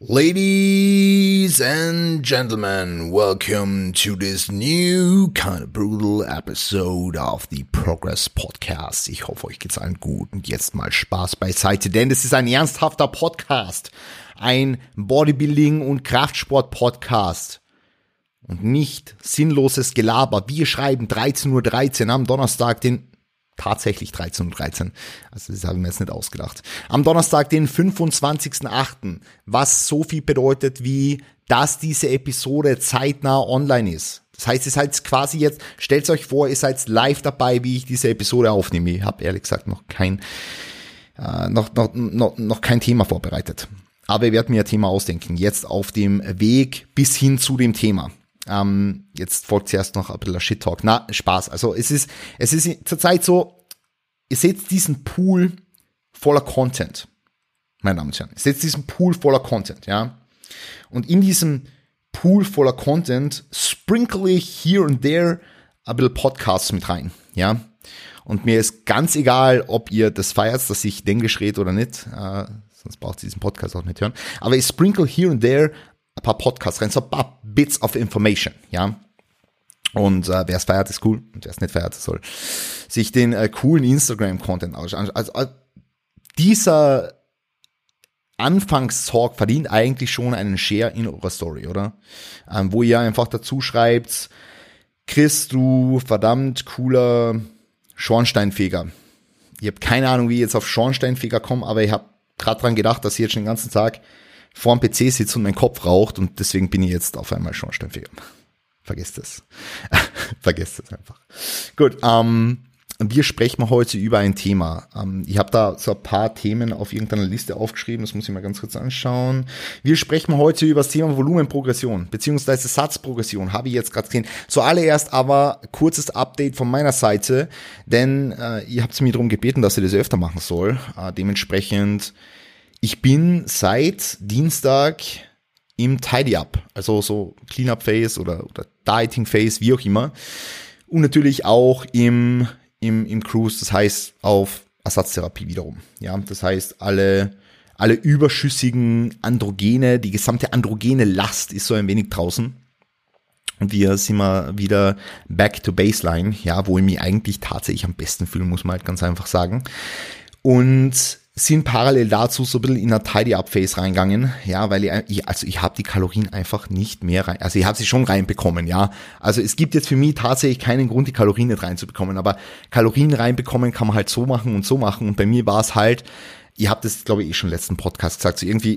Ladies and gentlemen, welcome to this new kind of brutal episode of the Progress Podcast. Ich hoffe, euch geht's allen gut und jetzt mal Spaß beiseite, denn es ist ein ernsthafter Podcast, ein Bodybuilding- und Kraftsport-Podcast und nicht sinnloses Gelaber. Wir schreiben 13:13 Uhr am Donnerstag, tatsächlich 13:13 Uhr, also das habe ich mir jetzt nicht ausgedacht. Am Donnerstag, den 25.08., was so viel bedeutet wie, dass diese Episode zeitnah online ist. Das heißt, ihr seid quasi jetzt, stellt euch vor, ihr seid live dabei, wie ich diese Episode aufnehme. Ich habe ehrlich gesagt noch kein Thema vorbereitet. Aber ich werde mir ein Thema ausdenken, jetzt auf dem Weg bis hin zu dem Thema. Jetzt folgt zuerst noch ein bisschen Shit-Talk. Na, Spaß. Also es ist zurzeit so, ihr seht diesen Pool voller Content, meine Damen und Herren. Ihr seht diesen Pool voller Content, ja. Und in diesem Pool voller Content sprinkle ich here and there ein bisschen Podcasts mit rein, ja. Und mir ist ganz egal, ob ihr das feiert, dass ich Englisch rede oder nicht, sonst braucht ihr diesen Podcast auch nicht hören. Aber ich sprinkle here and there ein paar Podcasts rein, so ein paar Bits of Information, ja. Und wer es feiert, ist cool. Und wer es nicht feiert, soll sich den coolen Instagram-Content anschauen. Also dieser Anfangstalk verdient eigentlich schon einen Share in eurer Story, oder? Wo ihr einfach dazu schreibt, Chris, du verdammt cooler Schornsteinfeger. Ich habe keine Ahnung, wie ich jetzt auf Schornsteinfeger komme, aber ich habe gerade dran gedacht, dass ich jetzt schon den ganzen Tag vor dem PC sitzt und mein Kopf raucht und deswegen bin ich jetzt auf einmal Schornsteinfeger. Vergesst es. Vergesst es einfach. Gut, wir sprechen heute über ein Thema. Ich habe da so ein paar Themen auf irgendeiner Liste aufgeschrieben, das muss ich mal ganz kurz anschauen. Wir sprechen heute über das Thema Volumenprogression, beziehungsweise Satzprogression, habe ich jetzt gerade gesehen. Zuallererst aber kurzes Update von meiner Seite, denn ihr habt mir darum gebeten, dass ich das öfter machen soll. Dementsprechend, ich bin seit Dienstag im Tidy-Up, also so Clean-Up-Phase oder Dieting-Phase, wie auch immer. Und natürlich auch im Cruise, das heißt auf Ersatztherapie wiederum. Ja, das heißt, alle überschüssigen Androgene, die gesamte androgene Last ist so ein wenig draußen. Und wir sind mal wieder back to baseline, ja, wo ich mich eigentlich tatsächlich am besten fühle, muss man halt ganz einfach sagen. Und sind parallel dazu so ein bisschen in eine Tidy-Up-Phase reingegangen, ja, weil ich habe die Kalorien einfach nicht mehr rein, also ich habe sie schon reinbekommen, ja, also es gibt jetzt für mich tatsächlich keinen Grund, die Kalorien nicht reinzubekommen, aber Kalorien reinbekommen kann man halt so machen und bei mir war es halt, ihr habt das, glaube ich, schon im letzten Podcast gesagt, so irgendwie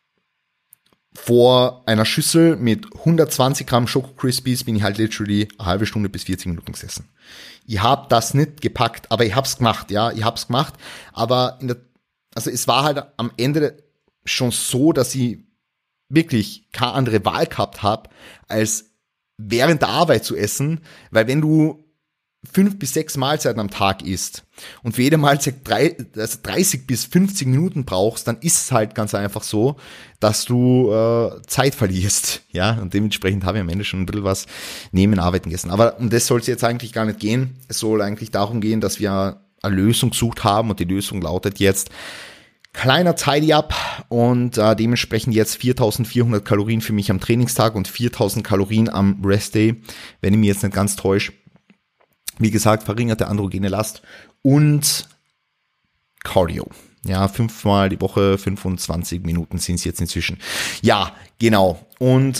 vor einer Schüssel mit 120 Gramm Schoko Crispies bin ich halt literally eine halbe Stunde bis 40 Minuten gesessen. Ich habe das nicht gepackt, aber ich hab's gemacht, ja, aber also es war halt am Ende schon so, dass ich wirklich keine andere Wahl gehabt habe, als während der Arbeit zu essen, weil wenn du 5 bis 6 Mahlzeiten am Tag isst und für jede Mahlzeit 30 bis 50 Minuten brauchst, dann ist es halt ganz einfach so, dass du Zeit verlierst, ja, und dementsprechend habe ich am Ende schon ein bisschen was neben Arbeiten gegessen. Aber um das soll es jetzt eigentlich gar nicht gehen. Es soll eigentlich darum gehen, dass wir eine Lösung gesucht haben und die Lösung lautet jetzt kleiner Tidy-Up und dementsprechend jetzt 4.400 Kalorien für mich am Trainingstag und 4.000 Kalorien am Rest-Day, wenn ich mich jetzt nicht ganz täusche. Wie gesagt, verringerte androgene Last und Cardio. Ja, 5-mal die Woche, 25 Minuten sind es jetzt inzwischen. Ja, genau. Und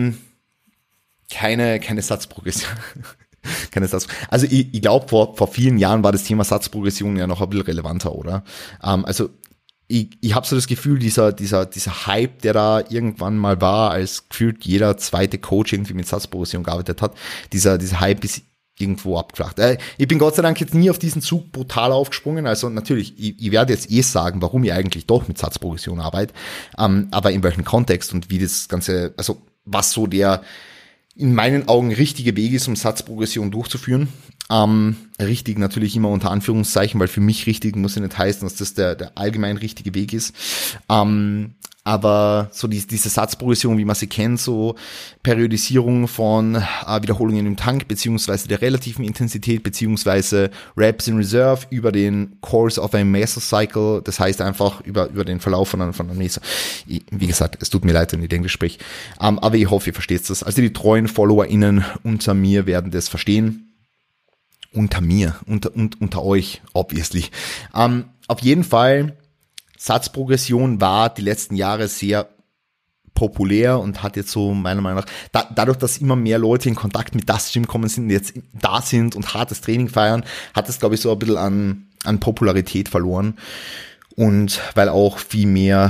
keine Satzprogression. Also ich glaube, vor vielen Jahren war das Thema Satzprogression ja noch ein bisschen relevanter, oder? Also ich habe so das Gefühl, dieser Hype, der da irgendwann mal war, als gefühlt jeder zweite Coach irgendwie mit Satzprogression gearbeitet hat, dieser Hype ist irgendwo abgeflacht. Ich bin Gott sei Dank jetzt nie auf diesen Zug brutal aufgesprungen, also natürlich, ich werde jetzt sagen, warum ich eigentlich doch mit Satzprogression arbeite, aber in welchem Kontext und wie das Ganze, also was so der in meinen Augen richtige Weg ist, um Satzprogression durchzuführen. Richtig natürlich immer unter Anführungszeichen, weil für mich richtig muss ja nicht heißen, dass das der allgemein richtige Weg ist. Aber so diese Satzprogression, wie man sie kennt, so Periodisierung von Wiederholungen im Tank, beziehungsweise der relativen Intensität, beziehungsweise Reps in Reserve über den Course of a Mesocycle, das heißt einfach über den Verlauf von einem Meso. Wie gesagt, es tut mir leid, wenn ich Englisch spreche, aber ich hoffe, ihr versteht das. Also die treuen FollowerInnen unter mir werden das verstehen. Unter mir, unter euch, obviously. Auf jeden Fall, Satzprogression war die letzten Jahre sehr populär und hat jetzt so meiner Meinung nach, dadurch, dass immer mehr Leute in Kontakt mit das Gym kommen sind, jetzt da sind und hartes Training feiern, hat es, glaube ich, so ein bisschen an Popularität verloren. Und weil auch viel mehr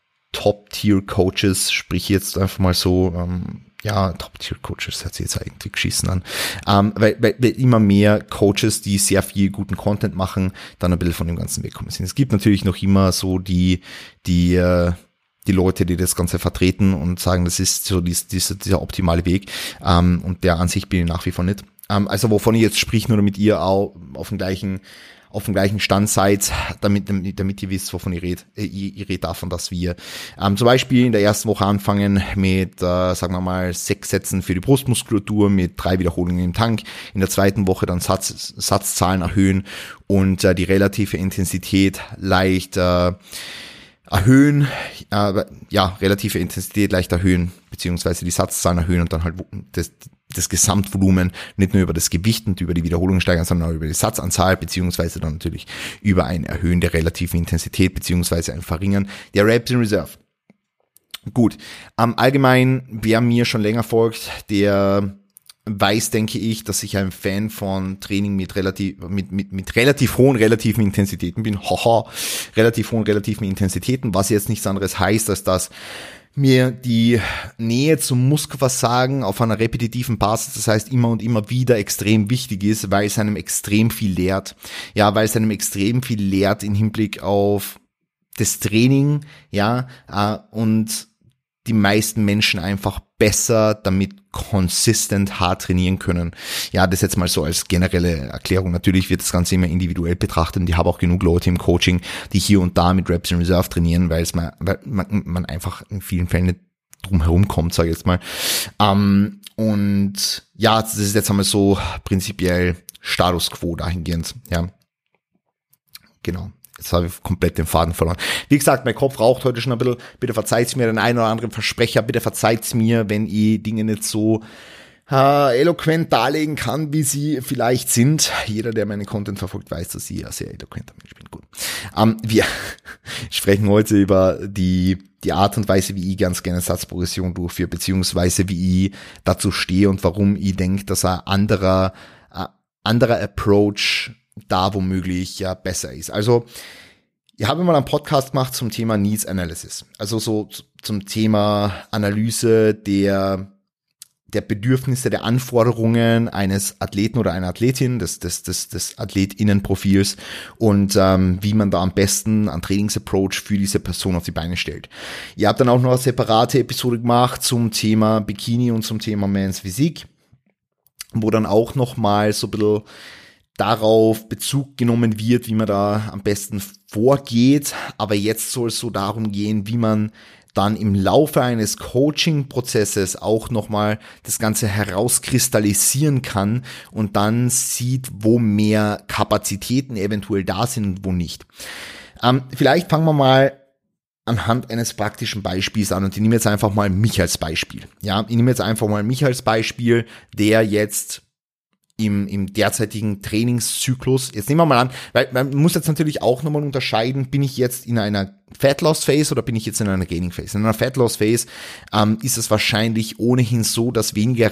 Top-Tier-Coaches, sprich jetzt einfach mal so, Top-Tier-Coaches hört sich jetzt irgendwie geschissen an, weil immer mehr Coaches, die sehr viel guten Content machen, dann ein bisschen von dem Ganzen wegkommen sind. Es gibt natürlich noch immer so die Leute, die das Ganze vertreten und sagen, das ist so dieser optimale Weg, und der an sich bin ich nach wie vor nicht. Also wovon ich jetzt sprich, nur damit ihr auch auf dem gleichen Stand seid, damit ihr wisst, wovon ihr redet. Ihr redet davon, dass wir zum Beispiel in der ersten Woche anfangen mit, sagen wir mal, 6 Sätzen für die Brustmuskulatur mit 3 Wiederholungen im Tank. In der zweiten Woche dann Satzzahlen erhöhen und die relative Intensität leicht erhöhen, relative Intensität leicht erhöhen, beziehungsweise die Satzzahlen erhöhen und dann halt das Gesamtvolumen nicht nur über das Gewicht und über die Wiederholung steigern, sondern auch über die Satzanzahl, beziehungsweise dann natürlich über ein Erhöhen der relativen Intensität, beziehungsweise ein Verringern der Reps in Reserve. Gut, allgemein, wer mir schon länger folgt, der weiß, denke ich, dass ich ein Fan von Training mit relativ hohen relativen Intensitäten bin. Relativ hohen relativen Intensitäten, was jetzt nichts anderes heißt, als dass mir die Nähe zum Muskelversagen auf einer repetitiven Basis, das heißt immer und immer wieder, extrem wichtig ist, weil es einem extrem viel lehrt. Ja, weil es einem extrem viel lehrt im Hinblick auf das Training, und die meisten Menschen einfach besser damit konsistent hart trainieren können. Ja, das jetzt mal so als generelle Erklärung. Natürlich wird das Ganze immer individuell betrachtet und ich habe auch genug Leute im Coaching, die hier und da mit Reps in Reserve trainieren, weil man einfach in vielen Fällen nicht drum herum kommt, sage ich jetzt mal. Und ja, das ist jetzt einmal so prinzipiell Status Quo dahingehend. Ja, genau. Jetzt habe ich komplett den Faden verloren. Wie gesagt, mein Kopf raucht heute schon ein bisschen. Bitte verzeiht's mir den einen oder anderen Versprecher. Bitte verzeiht's mir, wenn ich Dinge nicht so eloquent darlegen kann, wie sie vielleicht sind. Jeder, der meinen Content verfolgt, weiß, dass ich ein sehr eloquenter Mensch bin. Gut. Wir sprechen heute über die Art und Weise, wie ich ganz gerne Satzprogression durchführe, beziehungsweise wie ich dazu stehe und warum ich denke, dass ein anderer Approach da womöglich ja besser ist. Also, ich habe mal einen Podcast gemacht zum Thema Needs Analysis. Also so zum Thema Analyse der Bedürfnisse, der Anforderungen eines Athleten oder einer Athletin, des AthletInnenprofils und wie man da am besten einen Trainingsapproach für diese Person auf die Beine stellt. Ihr habt dann auch noch eine separate Episode gemacht zum Thema Bikini und zum Thema Men's Physik, wo dann auch nochmal so ein bisschen darauf Bezug genommen wird, wie man da am besten vorgeht. Aber jetzt soll es so darum gehen, wie man dann im Laufe eines Coaching-Prozesses auch nochmal das Ganze herauskristallisieren kann und dann sieht, wo mehr Kapazitäten eventuell da sind und wo nicht. Vielleicht fangen wir mal anhand eines praktischen Beispiels an und ich nehme jetzt einfach mal mich als Beispiel. Ja, ich nehme jetzt einfach mal mich als Beispiel, der jetzt im derzeitigen Trainingszyklus, jetzt nehmen wir mal an, weil man muss jetzt natürlich auch nochmal unterscheiden, bin ich jetzt in einer Fat Loss Phase oder bin ich jetzt in einer Gaining Phase? In einer Fat Loss Phase ist es wahrscheinlich ohnehin so, dass weniger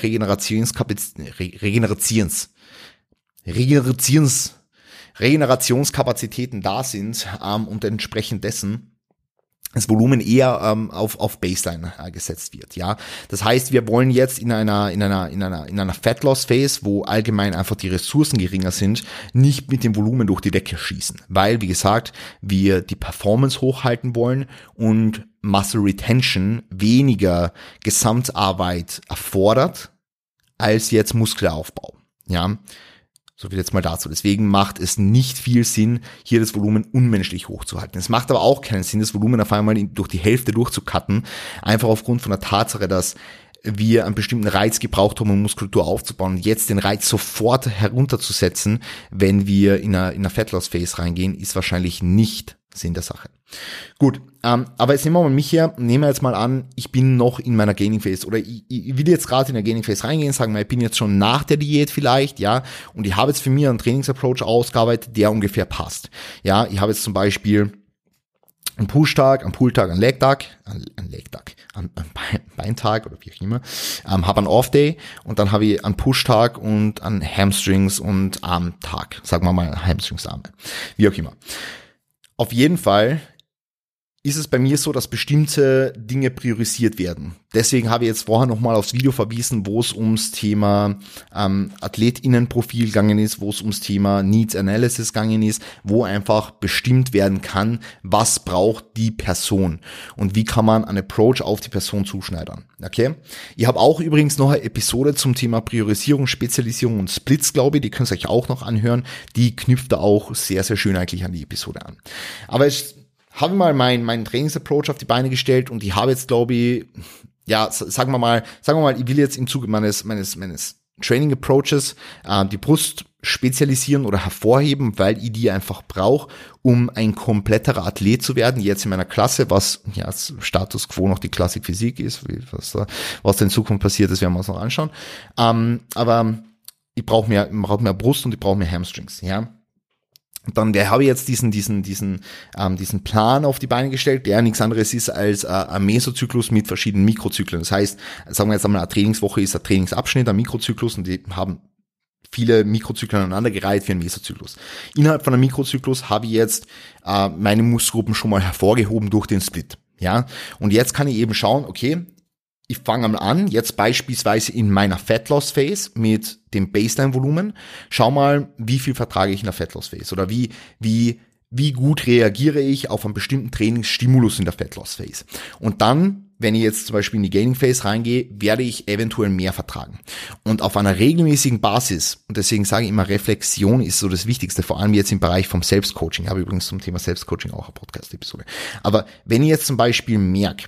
Regenerationskapazitäten da sind und entsprechend dessen das Volumen eher auf Baseline gesetzt wird, ja. Das heißt, wir wollen jetzt in einer Fat Loss Phase, wo allgemein einfach die Ressourcen geringer sind, nicht mit dem Volumen durch die Decke schießen, weil, wie gesagt, wir die Performance hochhalten wollen und Muscle Retention weniger Gesamtarbeit erfordert als jetzt Muskelaufbau, ja. So viel jetzt mal dazu. Deswegen macht es nicht viel Sinn, hier das Volumen unmenschlich hochzuhalten. Es macht aber auch keinen Sinn, das Volumen auf einmal durch die Hälfte durchzucutten, einfach aufgrund von der Tatsache, dass wir einen bestimmten Reiz gebraucht haben, um Muskulatur aufzubauen. Und jetzt den Reiz sofort herunterzusetzen, wenn wir in einer Fat-Loss-Phase reingehen, ist wahrscheinlich nicht Sinn der Sache. Gut, aber jetzt nehmen wir mal mich her, nehmen wir jetzt mal an, ich bin noch in meiner Gaining Phase oder ich will jetzt gerade in der Gaining Phase reingehen, sagen wir, ich bin jetzt schon nach der Diät vielleicht, ja, und ich habe jetzt für mich einen Trainingsapproach ausgearbeitet, der ungefähr passt. Ja, ich habe jetzt zum Beispiel einen Push-Tag, einen Pull-Tag, einen Leg-Tag, einen Beintag oder wie auch immer, habe einen Off-Day und dann habe ich einen Push-Tag und einen Hamstrings- und Arm-Tag, sagen wir mal Hamstrings-Arme, wie auch immer. Auf jeden Fall ist es bei mir so, dass bestimmte Dinge priorisiert werden. Deswegen habe ich jetzt vorher nochmal aufs Video verwiesen, wo es ums Thema AthletInnenprofil gegangen ist, wo es ums Thema Needs Analysis gegangen ist, wo einfach bestimmt werden kann, was braucht die Person und wie kann man einen Approach auf die Person zuschneidern. Okay? Ich habe auch übrigens noch eine Episode zum Thema Priorisierung, Spezialisierung und Splits, glaube ich, die könnt ihr euch auch noch anhören. Die knüpft da auch sehr, sehr schön eigentlich an die Episode an. Aber habe mal meinen Trainingsapproach auf die Beine gestellt und ich habe jetzt, glaube ich, ja, sagen wir mal, ich will jetzt im Zuge meines Training Approaches die Brust spezialisieren oder hervorheben, weil ich die einfach brauche, um ein kompletterer Athlet zu werden, jetzt in meiner Klasse, was ja Status Quo noch die Klassik Physik ist, was da in Zukunft passiert, das werden wir uns noch anschauen. Aber ich brauche mehr Brust und ich brauche mehr Hamstrings, ja. Und dann habe ich jetzt diesen Plan auf die Beine gestellt, der nichts anderes ist als ein Mesozyklus mit verschiedenen Mikrozyklen. Das heißt, sagen wir jetzt einmal, eine Trainingswoche ist ein Trainingsabschnitt, ein Mikrozyklus und die haben viele Mikrozyklen aneinandergereiht für einen Mesozyklus. Innerhalb von einem Mikrozyklus habe ich jetzt meine Muskelgruppen schon mal hervorgehoben durch den Split. Ja, und jetzt kann ich eben schauen, okay, ich fange mal an, jetzt beispielsweise in meiner Fat Loss Phase mit dem Baseline-Volumen. Schau mal, wie viel vertrage ich in der Fat Loss Phase oder wie gut reagiere ich auf einen bestimmten Trainingsstimulus in der Fat Loss Phase. Und dann, wenn ich jetzt zum Beispiel in die Gaining Phase reingehe, werde ich eventuell mehr vertragen. Und auf einer regelmäßigen Basis, und deswegen sage ich immer, Reflexion ist so das Wichtigste, vor allem jetzt im Bereich vom Selbstcoaching. Ich habe übrigens zum Thema Selbstcoaching auch eine Podcast-Episode. Aber wenn ich jetzt zum Beispiel merke,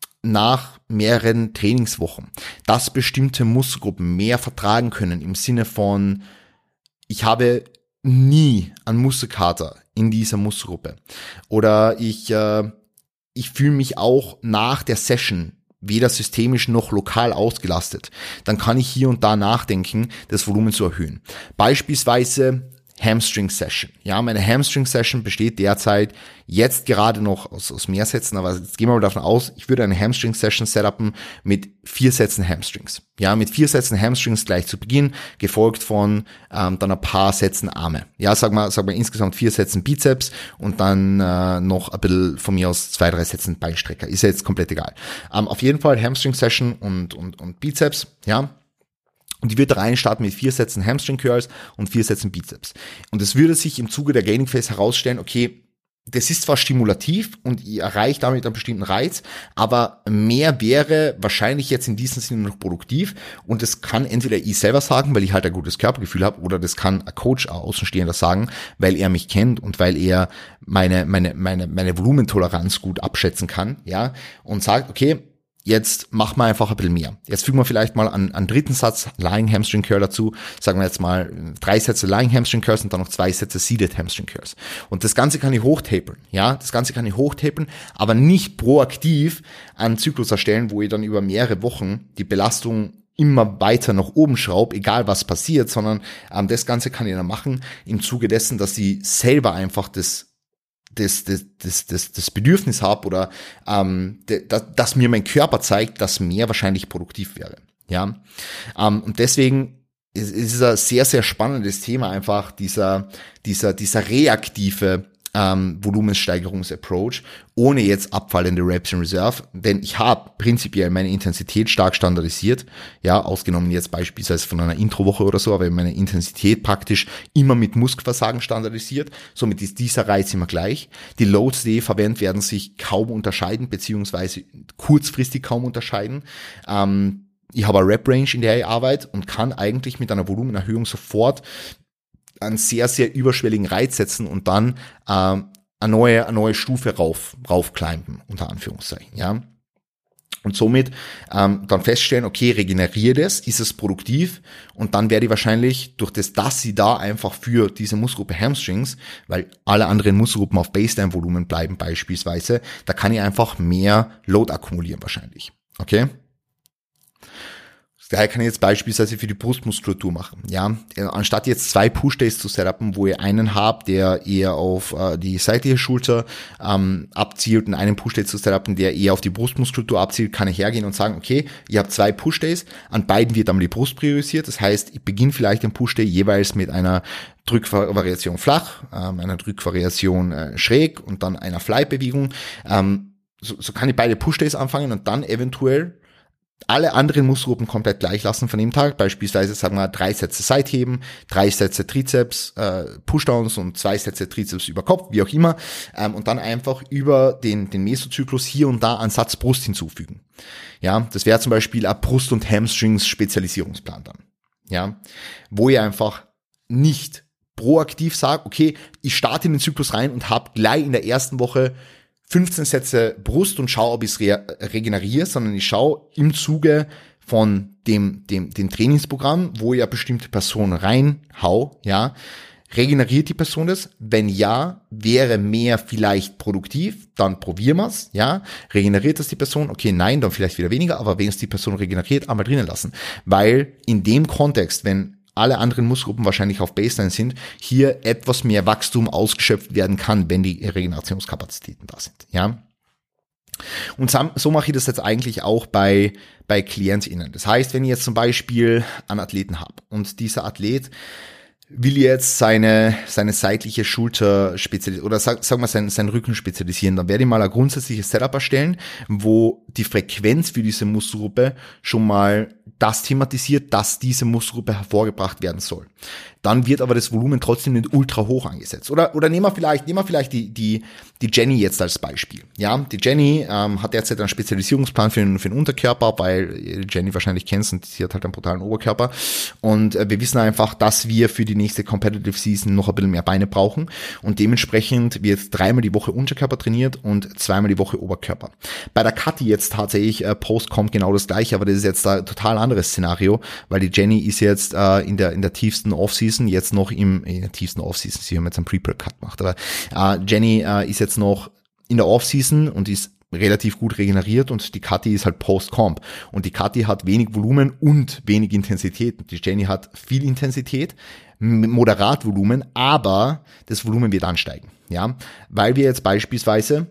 nach mehreren Trainingswochen, dass bestimmte Muskelgruppen mehr vertragen können im Sinne von, ich habe nie einen Muskelkater in dieser Muskelgruppe oder ich fühle mich auch nach der Session weder systemisch noch lokal ausgelastet, dann kann ich hier und da nachdenken, das Volumen zu erhöhen. Beispielsweise Hamstring Session. Ja, meine Hamstring Session besteht derzeit jetzt gerade noch aus mehr Sätzen, aber jetzt gehen wir mal davon aus, ich würde eine Hamstring Session setupen mit 4 Sätzen Hamstrings. Ja, mit 4 Sätzen Hamstrings gleich zu Beginn, gefolgt von dann ein paar Sätzen Arme. Ja, sag mal insgesamt 4 Sätzen Bizeps und dann noch ein bisschen von mir aus 2, 3 Sätzen Beinstrecker. Ist ja jetzt komplett egal. Auf jeden Fall Hamstring Session und Bizeps, ja. Und die wird rein starten mit 4 Sätzen Hamstring Curls und 4 Sätzen Bizeps. Und es würde sich im Zuge der Gaining Phase herausstellen, okay, das ist zwar stimulativ und ihr erreicht damit einen bestimmten Reiz, aber mehr wäre wahrscheinlich jetzt in diesem Sinne noch produktiv und das kann entweder ich selber sagen, weil ich halt ein gutes Körpergefühl habe, oder das kann ein Coach Außenstehender sagen, weil er mich kennt und weil er meine Volumentoleranz gut abschätzen kann, ja, und sagt, okay, jetzt machen wir einfach ein bisschen mehr. Jetzt fügen wir vielleicht mal einen dritten Satz Lying Hamstring Curl dazu. Sagen wir jetzt mal 3 Sätze Lying Hamstring Curls und dann noch 2 Sätze Seated Hamstring Curls. Und das Ganze kann ich hochtapern. Ja, das Ganze kann ich hochtapern, aber nicht proaktiv einen Zyklus erstellen, wo ich dann über mehrere Wochen die Belastung immer weiter nach oben schraube, egal was passiert, sondern das Ganze kann ich dann machen im Zuge dessen, dass ich selber einfach das Bedürfnis habe oder dass mir mein Körper zeigt, dass mehr wahrscheinlich produktiv wäre. Ja, und deswegen ist es ein sehr, sehr spannendes Thema, einfach dieser reaktive Volumenssteigerungsapproach ohne jetzt abfallende Reps in Reserve, denn ich habe prinzipiell meine Intensität stark standardisiert, ja, ausgenommen jetzt beispielsweise von einer Introwoche oder so, aber meine Intensität praktisch immer mit Muskelversagen standardisiert, somit ist dieser Reiz immer gleich. Die Loads, die verwendet, werden sich kaum unterscheiden, beziehungsweise kurzfristig kaum unterscheiden. Ich habe eine Rep-Range, in der ich arbeite und kann eigentlich mit einer Volumenerhöhung sofort einen sehr, sehr überschwelligen Reiz setzen und dann eine neue Stufe raufclimben, unter Anführungszeichen, ja. Und somit dann feststellen, okay, regeneriert es, ist es produktiv, und dann werde ich wahrscheinlich durch das, dass sie da einfach für diese Muskelgruppe Hamstrings, weil alle anderen Muskelgruppen auf Baseline-Volumen bleiben beispielsweise, da kann ich einfach mehr Load akkumulieren wahrscheinlich, okay? Daher kann ich jetzt beispielsweise für die Brustmuskulatur machen, ja. Anstatt jetzt 2 Push-Days zu setupen, wo ihr einen habt, der eher auf die seitliche Schulter abzielt, und einen Push-Day zu setupen, der eher auf die Brustmuskulatur abzielt, kann ich hergehen und sagen, okay, ihr habt 2 Push-Days, an beiden wird einmal die Brust priorisiert. Das heißt, ich beginne vielleicht den Push-Day jeweils mit einer Drückvariation flach, einer Drückvariation schräg und dann einer Fly-Bewegung. So kann ich beide Push-Days anfangen und dann eventuell alle anderen Muskelgruppen komplett gleich lassen von dem Tag, beispielsweise sagen wir 3 Sätze Seitheben, 3 Sätze Trizeps, Pushdowns und 2 Sätze Trizeps über Kopf, wie auch immer, und dann einfach über den Mesozyklus hier und da einen Satz Brust hinzufügen. Ja, das wäre zum Beispiel ein Brust- und Hamstrings-Spezialisierungsplan dann. Ja, wo ihr einfach nicht proaktiv sagt, okay, ich starte in den Zyklus rein und habe gleich in der ersten Woche 15 Sätze Brust und schaue, ob ich es regeneriere, sondern ich schaue im Zuge von dem Trainingsprogramm, wo ich eine bestimmte Person reinhau, ja, regeneriert die Person das? Wenn ja, wäre mehr vielleicht produktiv, dann probieren wir's, ja. Regeneriert das die Person? Okay, nein, dann vielleicht wieder weniger, aber wenn es die Person regeneriert, einmal drinnen lassen. Weil in dem Kontext, wenn alle anderen Muskelgruppen wahrscheinlich auf Baseline sind, hier etwas mehr Wachstum ausgeschöpft werden kann, wenn die Regenerationskapazitäten da sind, ja. Und so mache ich das jetzt eigentlich auch bei KlientInnen. Das heißt, wenn ich jetzt zum Beispiel einen Athleten habe und dieser Athlet will jetzt seine seitliche Schulter spezialisieren oder sagen wir seinen Rücken spezialisieren, dann werde ich mal ein grundsätzliches Setup erstellen, wo die Frequenz für diese Muskelgruppe schon mal das thematisiert, dass diese Muskelgruppe hervorgebracht werden soll. Dann wird aber das Volumen trotzdem nicht ultra hoch angesetzt. Oder nehmen wir vielleicht die Jenny jetzt als Beispiel. Ja, die Jenny hat derzeit einen Spezialisierungsplan für den Unterkörper, weil Jenny wahrscheinlich kennst und sie hat halt einen brutalen Oberkörper. Und wir wissen einfach, dass wir für die nächste Competitive Season noch ein bisschen mehr Beine brauchen. Und dementsprechend wird 3-mal die Woche Unterkörper trainiert und 2-mal die Woche Oberkörper. Bei der Kathi jetzt tatsächlich Post-Comp genau das gleiche, aber das ist jetzt ein total anderes Szenario, weil die Jenny ist jetzt in der tiefsten Offseason, jetzt noch in der tiefsten Offseason, sie haben jetzt einen Pre-Prep-Cut gemacht, aber Jenny ist jetzt noch in der Offseason und ist relativ gut regeneriert und die Kathi ist halt Post-Comp und die Kathi hat wenig Volumen und wenig Intensität. Die Jenny hat viel Intensität, moderat Volumen, aber das Volumen wird ansteigen, ja, weil wir jetzt beispielsweise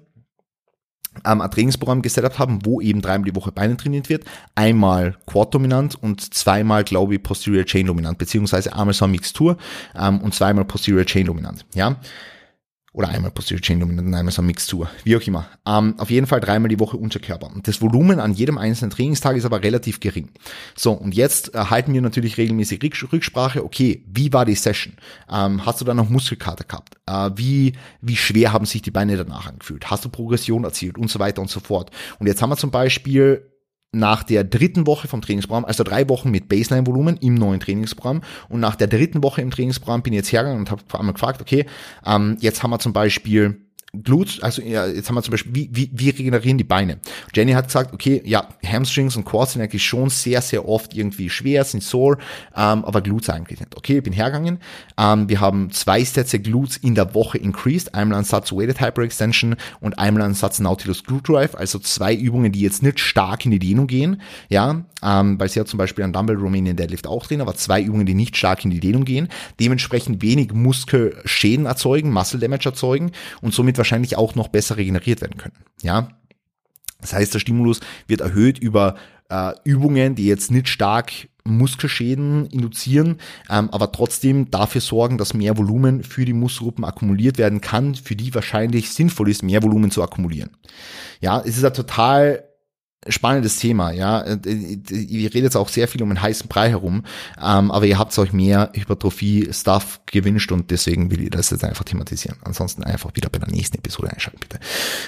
ein Trainingsprogramm gesetupt haben, wo eben 3-mal die Woche Beine trainiert wird, einmal Quad-dominant und 2-mal, glaube ich, Posterior Chain-dominant, beziehungsweise einmal so eine Mixtur und 2-mal Posterior Chain-dominant, ja. Oder einmal Posterior Chain-dominant und einmal so eine Mixtur, wie auch immer. Auf jeden Fall 3-mal die Woche Unterkörper. Und das Volumen an jedem einzelnen Trainingstag ist aber relativ gering. So, und jetzt halten wir natürlich regelmäßig Rücksprache. Okay, wie war die Session? Hast du da noch Muskelkater gehabt? Wie schwer haben sich die Beine danach angefühlt? Hast du Progression erzielt? Und so weiter und so fort. Und jetzt haben wir zum Beispiel nach der 3. Woche vom Trainingsprogramm, also 3 Wochen mit Baseline-Volumen im neuen Trainingsprogramm, und nach der 3. Woche im Trainingsprogramm bin ich jetzt hergegangen und habe einmal gefragt, okay, jetzt haben wir zum Beispiel Glutes, also ja, jetzt haben wir zum Beispiel, wie regenerieren die Beine? Jenny hat gesagt, okay, ja, Hamstrings und Quads sind eigentlich schon sehr, sehr oft irgendwie schwer, sind sore, aber Glutes eigentlich nicht. Okay, ich bin hergegangen, wir haben 2 Sätze Glutes in der Woche increased, einmal einen Satz Weighted Hyperextension und einmal einen Satz Nautilus Glute Drive, also 2 Übungen, die jetzt nicht stark in die Dehnung gehen, ja, weil sie hat zum Beispiel einen Dumbbell Romanian Deadlift auch drin, aber 2 Übungen, die nicht stark in die Dehnung gehen, dementsprechend wenig Muskelschäden erzeugen, Muscle Damage erzeugen und somit wahrscheinlich auch noch besser regeneriert werden können. Ja, das heißt, der Stimulus wird erhöht über Übungen, die jetzt nicht stark Muskelschäden induzieren, aber trotzdem dafür sorgen, dass mehr Volumen für die Muskelgruppen akkumuliert werden kann, für die wahrscheinlich sinnvoll ist, mehr Volumen zu akkumulieren. Ja, es ist ein total spannendes Thema, ja. Ihr redet jetzt auch sehr viel um den heißen Brei herum, aber ihr habt euch mehr Hypertrophie-Stuff gewünscht und deswegen will ich das jetzt einfach thematisieren. Ansonsten einfach wieder bei der nächsten Episode einschalten, bitte.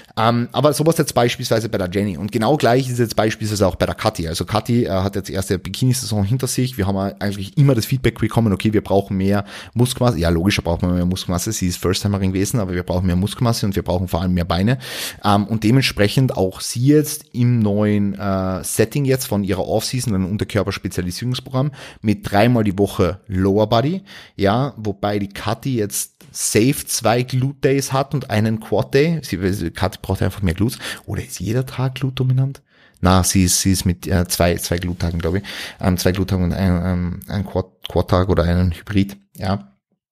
Aber sowas jetzt beispielsweise bei der Jenny und genau gleich ist jetzt beispielsweise auch bei der Kathi. Also Kathi hat jetzt erste Bikini-Saison hinter sich. Wir haben eigentlich immer das Feedback bekommen, okay, wir brauchen mehr Muskelmasse. Ja, logisch, braucht man mehr Muskelmasse. Sie ist First-Timerin gewesen, aber wir brauchen mehr Muskelmasse und wir brauchen vor allem mehr Beine. Und dementsprechend auch sie jetzt im neuen Setting jetzt von ihrer Offseason, ein Unterkörperspezialisierungsprogramm mit 3-mal die Woche Lower Body, ja, wobei die Kathi jetzt safe 2 Glute Days hat und einen Quad Day. Kathi braucht einfach mehr Glutes. Oder ist jeder Tag Glute dominant? Na, sie ist mit zwei Glute-Tagen, glaube ich. 2 Glute-Tagen und ein Quad-Tag oder einen Hybrid, ja.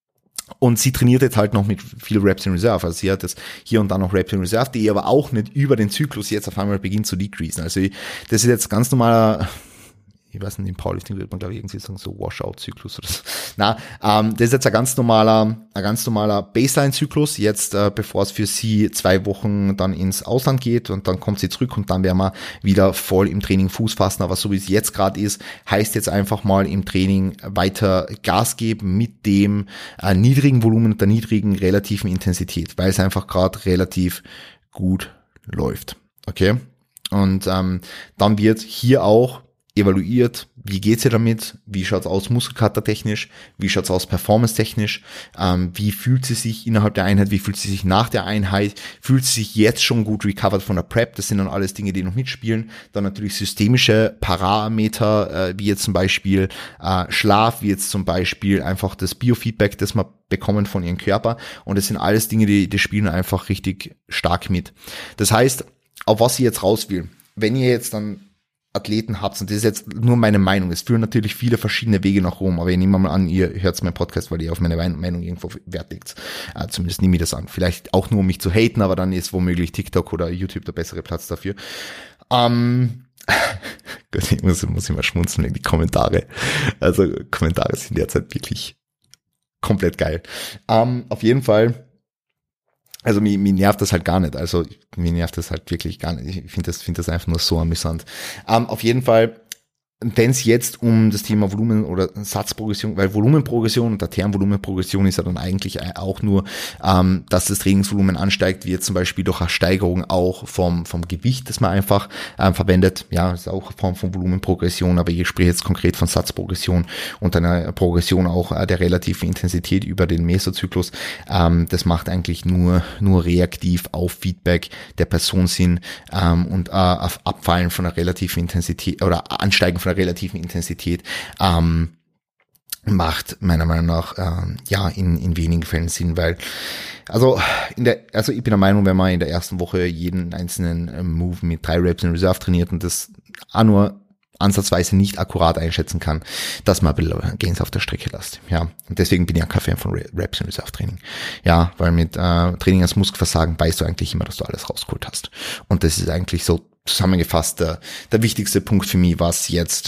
Und sie trainiert jetzt halt noch mit viel Reps in Reserve. Also sie hat jetzt hier und da noch Reps in Reserve, die aber auch nicht über den Zyklus jetzt auf einmal beginnt zu decreasen. Also das ist jetzt ganz normaler, ich weiß nicht, im Powerlifting wird man glaube ich irgendwie sagen so Washout-Zyklus oder so. Na, das ist jetzt ein ganz normaler Baseline-Zyklus, jetzt bevor es für sie 2 Wochen dann ins Ausland geht und dann kommt sie zurück und dann werden wir wieder voll im Training Fuß fassen, aber so wie es jetzt gerade ist, heißt jetzt einfach mal im Training weiter Gas geben mit dem niedrigen Volumen und der niedrigen relativen Intensität, weil es einfach gerade relativ gut läuft, okay? Und dann wird hier auch evaluiert, wie geht's ihr damit, wie schaut's aus muskelkatertechnisch, wie schaut's aus performance-technisch, wie fühlt sie sich innerhalb der Einheit, wie fühlt sie sich nach der Einheit, fühlt sie sich jetzt schon gut recovered von der Prep, das sind dann alles Dinge, die noch mitspielen, dann natürlich systemische Parameter, wie jetzt zum Beispiel Schlaf, wie jetzt zum Beispiel einfach das Biofeedback, das man bekommen von ihrem Körper und das sind alles Dinge, die spielen einfach richtig stark mit. Das heißt, auf was sie jetzt raus will, wenn ihr jetzt dann Athleten habt, und das ist jetzt nur meine Meinung, es führen natürlich viele verschiedene Wege nach Rom, aber ich nehme mal an, ihr hört meinen Podcast, weil ihr auf meine Meinung irgendwo Wert legt. Zumindest nehme ich das an. Vielleicht auch nur, um mich zu haten, aber dann ist womöglich TikTok oder YouTube der bessere Platz dafür. Gott, ich muss immer schmunzeln in die Kommentare. Also Kommentare sind derzeit wirklich komplett geil. Auf jeden Fall, also mir nervt das halt gar nicht. Also mir nervt das halt wirklich gar nicht. Ich finde das einfach nur so amüsant. Auf jeden Fall, wenn es jetzt um das Thema Volumen oder Satzprogression, weil Volumenprogression und der Term Volumenprogression ist ja dann eigentlich auch nur, dass das Trainingsvolumen ansteigt, wie jetzt zum Beispiel durch eine Steigerung auch vom Gewicht, das man einfach verwendet. Ja, das ist auch eine Form von Volumenprogression, aber ich spreche jetzt konkret von Satzprogression und einer Progression auch der relativen Intensität über den Mesozyklus. Das macht eigentlich nur reaktiv auf Feedback der Person Sinn und auf Abfallen von der relativen Intensität oder Ansteigen von der relativen Intensität macht meiner Meinung nach in wenigen Fällen Sinn, weil also ich bin der Meinung, wenn man in der ersten Woche jeden einzelnen Move mit 3 Reps in Reserve trainiert und das auch nur ansatzweise nicht akkurat einschätzen kann, dass man ein bisschen Gains auf der Strecke lässt. Ja, und deswegen bin ich ja kein Fan von Reps in Reserve Training. Ja, weil mit Training als Muskelversagen weißt du eigentlich immer, dass du alles rausgeholt hast. Und das ist eigentlich so zusammengefasst der wichtigste Punkt für mich, was jetzt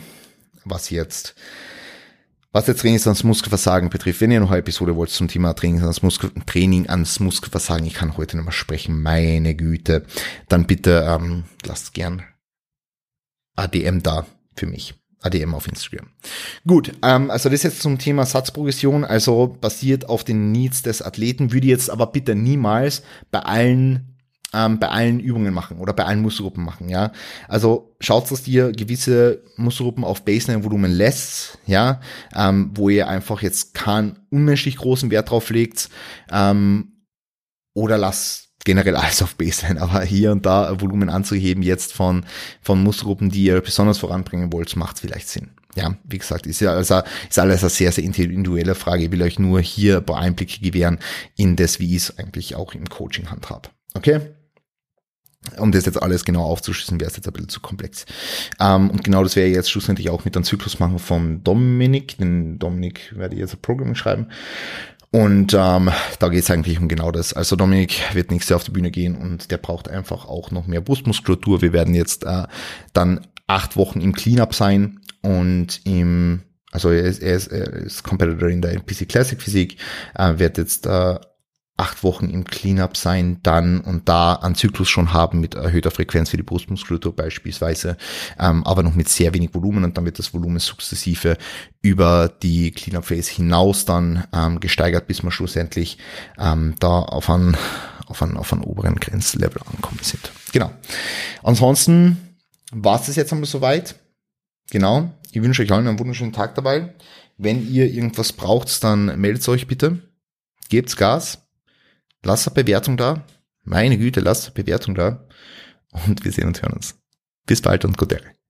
Training ans Muskelversagen betrifft. Wenn ihr noch eine Episode wollt zum Thema Training ans Muskelversagen, ich kann heute nicht mehr sprechen, meine Güte, dann bitte lasst gern ADM da für mich. ADM auf Instagram. Gut, also das jetzt zum Thema Satzprogression, also basiert auf den Needs des Athleten, würde ich jetzt aber bitte niemals bei allen Übungen machen oder bei allen Muskelgruppen machen, ja. Also schaut, dass ihr gewisse Muskelgruppen auf Baseline-Volumen lässt, ja, wo ihr einfach jetzt keinen unmenschlich großen Wert drauf legt, oder lasst generell alles auf Baseline, aber hier und da Volumen anzuheben jetzt von Muskelgruppen, die ihr besonders voranbringen wollt, macht vielleicht Sinn. Ja, wie gesagt, ist alles eine sehr, sehr individuelle Frage. Ich will euch nur hier ein paar Einblicke gewähren in das, wie ich es eigentlich auch im Coaching handhabe. Okay? Um das jetzt alles genau aufzuschlüsseln, wäre es jetzt ein bisschen zu komplex. Und genau das wäre jetzt schlussendlich auch mit einem Zyklus machen von Dominik. Den Dominik werde ich jetzt ein Programming schreiben. Und da geht es eigentlich um genau das. Also Dominik wird nächstes Jahr auf die Bühne gehen und der braucht einfach auch noch mehr Brustmuskulatur. Wir werden jetzt dann 8 Wochen im Cleanup sein und er ist Competitor in der NPC Classic Physik, wird jetzt 8 Wochen im Cleanup sein, dann und da einen Zyklus schon haben mit erhöhter Frequenz für die Brustmuskulatur beispielsweise, aber noch mit sehr wenig Volumen, und dann wird das Volumen sukzessive über die Cleanup Phase hinaus dann gesteigert, bis wir schlussendlich da auf einen oberen Grenzlevel ankommen sind. Genau. Ansonsten war es das jetzt einmal soweit. Genau. Ich wünsche euch allen einen wunderschönen Tag dabei. Wenn ihr irgendwas braucht, dann meldet euch bitte. Gebt's Gas. Lasst eine Bewertung da. Meine Güte, lasst eine Bewertung da. Und wir sehen und hören uns. Bis bald und gute.